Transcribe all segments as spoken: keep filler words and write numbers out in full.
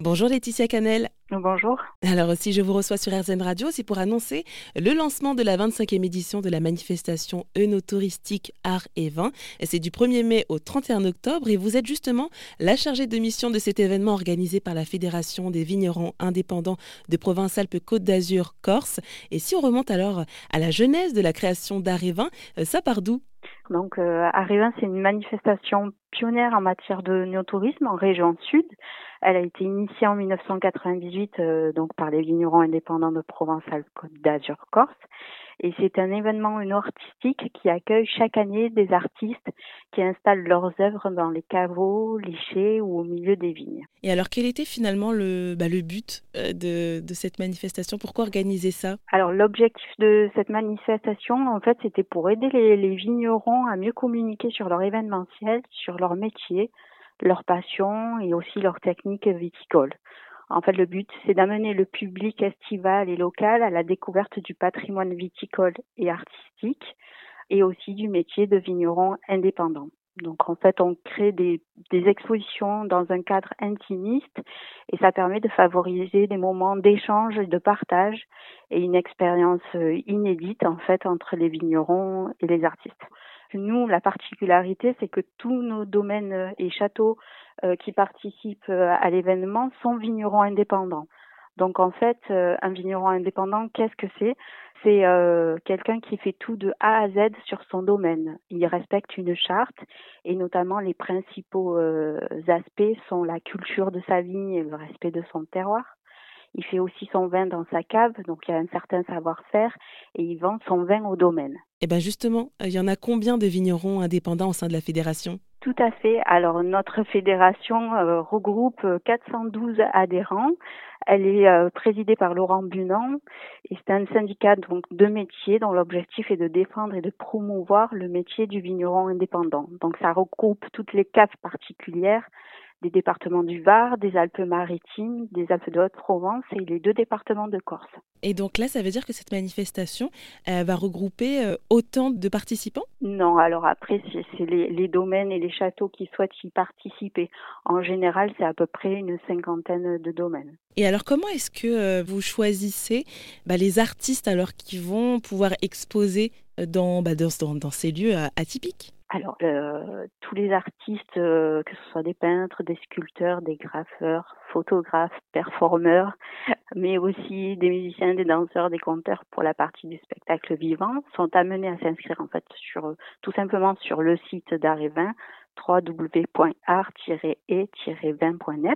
Bonjour Laetitia Canel. Bonjour. Alors si je vous reçois sur R Z N Radio, c'est pour annoncer le lancement de la vingt-cinquième édition de la manifestation œnotouristique Art et Vin. C'est du premier mai au trente et un octobre et vous êtes justement la chargée de mission de cet événement organisé par la Fédération des vignerons indépendants de Provence-Alpes-Côte d'Azur Corse. Et si on remonte alors à la genèse de la création d'Art et Vin, ça part d'où ? Donc, euh, Art et Vin, c'est une manifestation pionnière en matière de néotourisme en région sud. Elle a été initiée en dix-neuf cent quatre-vingt-dix-huit euh, donc par les vignerons indépendants de Provence-Alpes-Côte d'Azur Corse. Et c'est un événement artistique qui accueille chaque année des artistes qui installent leurs œuvres dans les caveaux, les chais ou au milieu des vignes. Et alors, quel était finalement le, bah, le but euh, de, de cette manifestation ? Pourquoi organiser ça ? Alors, l'objectif de cette manifestation, en fait, c'était pour aider les, les vignerons à mieux communiquer sur leur événementiel, sur leur métier, leur passion et aussi leur technique viticole. En fait, le but, c'est d'amener le public estival et local à la découverte du patrimoine viticole et artistique et aussi du métier de vigneron indépendant. Donc, en fait, on crée des, des expositions dans un cadre intimiste et ça permet de favoriser des moments d'échange et de partage et une expérience inédite, en fait, entre les vignerons et les artistes. Nous, la particularité, c'est que tous nos domaines et châteaux euh, qui participent à l'événement sont vignerons indépendants. Donc, en fait, euh, un vigneron indépendant, qu'est-ce que c'est ? C'est euh, quelqu'un qui fait tout de A à Z sur son domaine. Il respecte une charte et notamment les principaux euh, aspects sont la culture de sa vigne et le respect de son terroir. Il fait aussi son vin dans sa cave, donc il y a un certain savoir-faire et il vend son vin au domaine. Et bien justement, il y en a combien de vignerons indépendants au sein de la fédération ? Tout à fait. Alors notre fédération euh, regroupe quatre cent douze adhérents. Elle est euh, présidée par Laurent Bunan et c'est un syndicat donc de métiers dont l'objectif est de défendre et de promouvoir le métier du vigneron indépendant. Donc ça regroupe toutes les caves particulières des départements du Var, des Alpes-Maritimes, des Alpes de Haute-Provence et les deux départements de Corse. Et donc là, ça veut dire que cette manifestation elle va regrouper euh, autant de participants ? Non, alors après, c'est, c'est les, les domaines et les châteaux qui souhaitent y participer. En général, c'est à peu près une cinquantaine de domaines. Et alors, comment est-ce que euh, vous choisissez bah, les artistes alors qui vont pouvoir exposer dans, bah, dans, dans, dans ces lieux euh, atypiques ? Alors, euh, tous les artistes, euh, que ce soit des peintres, des sculpteurs, des graffeurs, photographes, performeurs, mais aussi des musiciens, des danseurs, des conteurs pour la partie du spectacle vivant, sont amenés à s'inscrire en fait sur tout simplement sur le site d'Art et Vin, w w w point art tiret et tiret vin point net.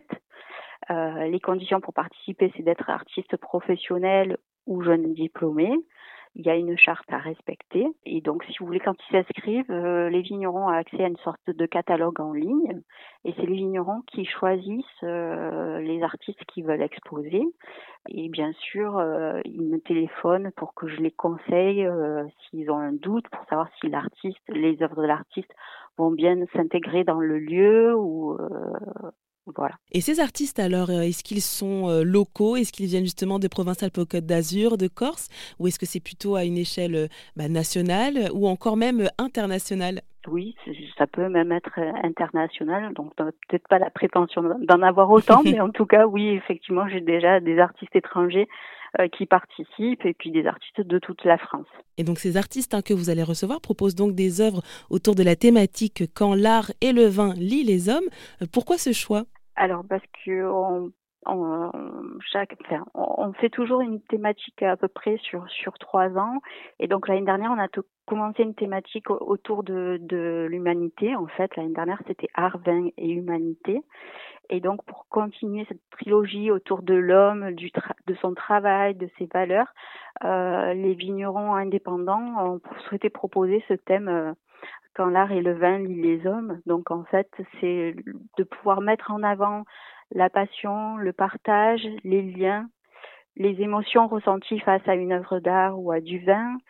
Euh, les conditions pour participer, c'est d'être artiste professionnel ou jeune diplômé. Il y a une charte à respecter. Et donc, si vous voulez, quand ils s'inscrivent, euh, les vignerons ont accès à une sorte de catalogue en ligne. Et c'est les vignerons qui choisissent euh, les artistes qu'ils veulent exposer. Et bien sûr, euh, ils me téléphonent pour que je les conseille euh, s'ils ont un doute, pour savoir si l'artiste, les œuvres de l'artiste vont bien s'intégrer dans le lieu ou... Euh, Voilà. Et ces artistes, alors, est-ce qu'ils sont euh, locaux ? Est-ce qu'ils viennent justement de Provence-Alpes-Côte d'Azur, de Corse ? Ou est-ce que c'est plutôt à une échelle bah, nationale ou encore même internationale ? Oui, ça peut même être international, donc peut-être pas la prétention d'en avoir autant, mais en tout cas, oui, effectivement, j'ai déjà des artistes étrangers euh, qui participent et puis des artistes de toute la France. Et donc ces artistes hein, que vous allez recevoir proposent donc des œuvres autour de la thématique « Quand l'art et le vin lient les hommes ». Pourquoi ce choix ? Alors, parce que on, on, chaque, enfin, on fait toujours une thématique à peu près sur, sur trois ans. Et donc, l'année dernière, on a tout, commencé une thématique autour de, de l'humanité. En fait, l'année dernière, c'était art, vin et humanité. Et donc, pour continuer cette trilogie autour de l'homme, du tra- de son travail, de ses valeurs, euh, les vignerons indépendants ont souhaité proposer ce thème euh, quand l'art et le vin lient les hommes. Donc, en fait, c'est de pouvoir mettre en avant la passion, le partage, les liens, les émotions ressenties face à une œuvre d'art ou à du vin,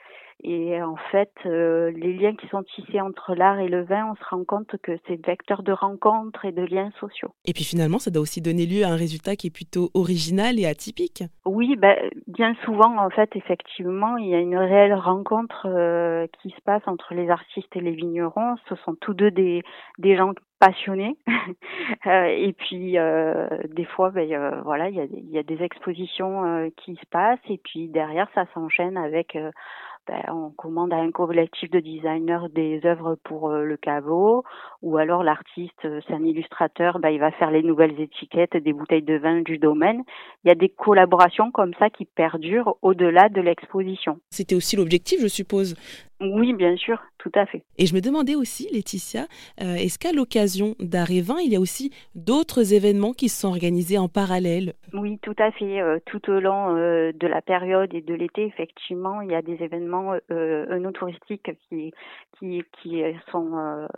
Et en fait, euh, les liens qui sont tissés entre l'art et le vin, on se rend compte que c'est vecteur de rencontres et de liens sociaux. Et puis finalement, ça doit aussi donner lieu à un résultat qui est plutôt original et atypique. Oui, ben, bien souvent, en fait, effectivement, il y a une réelle rencontre euh, qui se passe entre les artistes et les vignerons. Ce sont tous deux des, des gens passionnés. Euh, et puis, euh, des fois, ben, euh, voilà, il y a, il y a des expositions euh, qui se passent. Et puis, derrière, ça s'enchaîne avec... Euh, ben, on commande à un collectif de designers des œuvres pour euh, le caveau, ou alors l'artiste, euh, c'est un illustrateur, ben, il va faire les nouvelles étiquettes des bouteilles de vin du domaine. Il y a des collaborations comme ça qui perdurent au-delà de l'exposition. C'était aussi l'objectif, je suppose. Oui, bien sûr, tout à fait. Et je me demandais aussi, Laetitia, euh, est-ce qu'à l'occasion d'Art et Vin, il y a aussi d'autres événements qui se sont organisés en parallèle? Oui, tout à fait. Euh, tout au long euh, de la période et de l'été, effectivement, il y a des événements euh, œnotouristiques qui, qui, qui sont euh,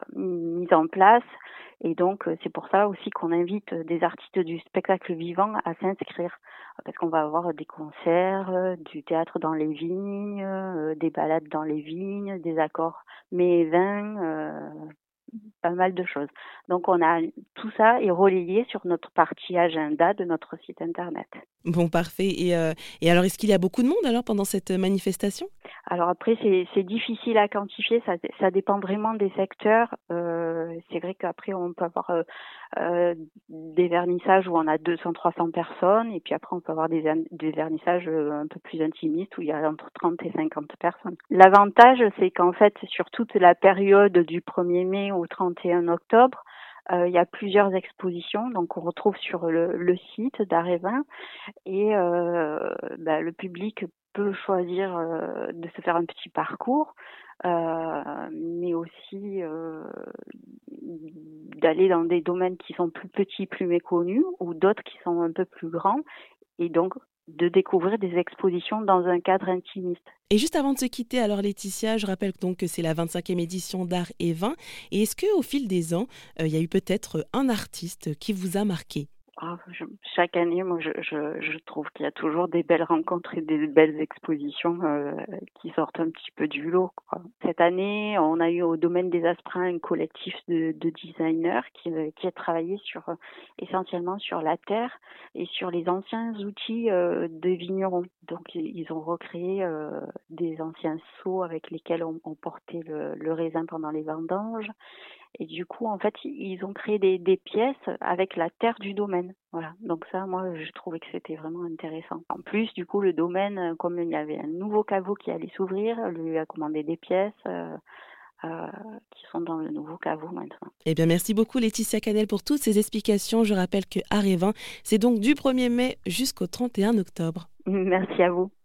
mis en place. Et donc, euh, c'est pour ça aussi qu'on invite des artistes du spectacle vivant à s'inscrire. Parce qu'on va avoir des concerts, euh, du théâtre dans les vignes, euh, des balades dans les vignes, des accords mets et vins, euh, pas mal de choses. Donc, on a tout ça est relayé sur notre partie agenda de notre site internet. Bon, parfait. Et, euh, et alors, est-ce qu'il y a beaucoup de monde alors pendant cette manifestation? Alors après, c'est, c'est difficile à quantifier, ça, ça dépend vraiment des secteurs. Euh, c'est vrai qu'après, on peut avoir euh, euh, des vernissages où on a deux cents à trois cents personnes, et puis après, on peut avoir des, des vernissages un peu plus intimistes où il y a entre trente et cinquante personnes. L'avantage, c'est qu'en fait, sur toute la période du premier mai au trente et un octobre, Euh, il y a plusieurs expositions, donc on retrouve sur le, le site d'Art et Vin, et euh, bah, le public peut choisir euh, de se faire un petit parcours, euh, mais aussi euh, d'aller dans des domaines qui sont plus petits, plus méconnus, ou d'autres qui sont un peu plus grands, et donc de découvrir des expositions dans un cadre intimiste. Et juste avant de se quitter, alors Laetitia, je rappelle donc que c'est la vingt-cinquième édition d'Art et Vin. Et est-ce qu'au fil des ans, euh, il y a eu peut-être un artiste qui vous a marqué? Ah, je, chaque année, moi, je, je, je trouve qu'il y a toujours des belles rencontres et des belles expositions euh, qui sortent un petit peu du lot, quoi. Cette année, on a eu au domaine des Asprins un collectif de, de designers qui, qui a travaillé sur essentiellement sur la terre et sur les anciens outils euh, de vignerons. Donc, ils ont recréé euh, des anciens seaux avec lesquels on, on portait le, le raisin pendant les vendanges. Et du coup, en fait, ils ont créé des, des pièces avec la terre du domaine. Voilà. Donc ça, moi, je trouvais que c'était vraiment intéressant. En plus, du coup, le domaine, comme il y avait un nouveau caveau qui allait s'ouvrir, lui a commandé des pièces euh, euh, qui sont dans le nouveau caveau maintenant. Eh bien, merci beaucoup Laetitia Canel pour toutes ces explications. Je rappelle que Art et Vin, c'est donc du premier mai jusqu'au trente et un octobre. Merci à vous.